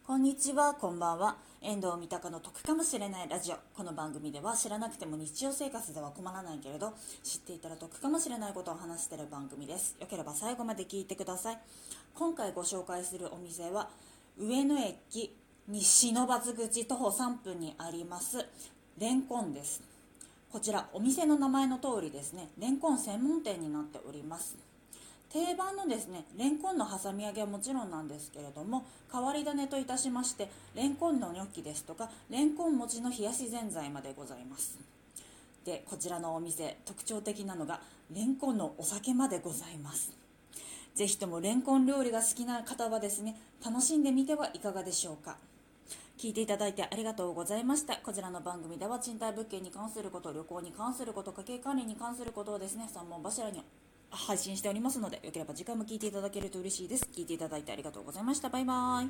こんにちは、こんばんは。遠藤三鷹の得かもしれないラジオ。この番組では知らなくても日常生活では困らないけれど、知っていたら得かもしれないことを話している番組です。よければ最後まで聞いてください。今回ご紹介するお店は、上野駅西の松口徒歩3分にあります、レンコンです。こちら、お店の名前の通りですね、レンコン専門店になっております。定番のですねレンコンの挟み揚げはもちろんなんですけれども、変わり種といたしましてレンコンのニョッキですとかレンコン餅の冷やしぜんざいまでございます。でこちらのお店、特徴的なのがレンコンのお酒までございます。ぜひともレンコン料理が好きな方はですね、楽しんでみてはいかがでしょうか。聞いていただいてありがとうございました。こちらの番組では賃貸物件に関すること、旅行に関すること、家計管理に関することをですね、3本柱に配信しておりますので、よければ次回も聞いていただけると嬉しいです。聞いていただいてありがとうございました。バイバーイ。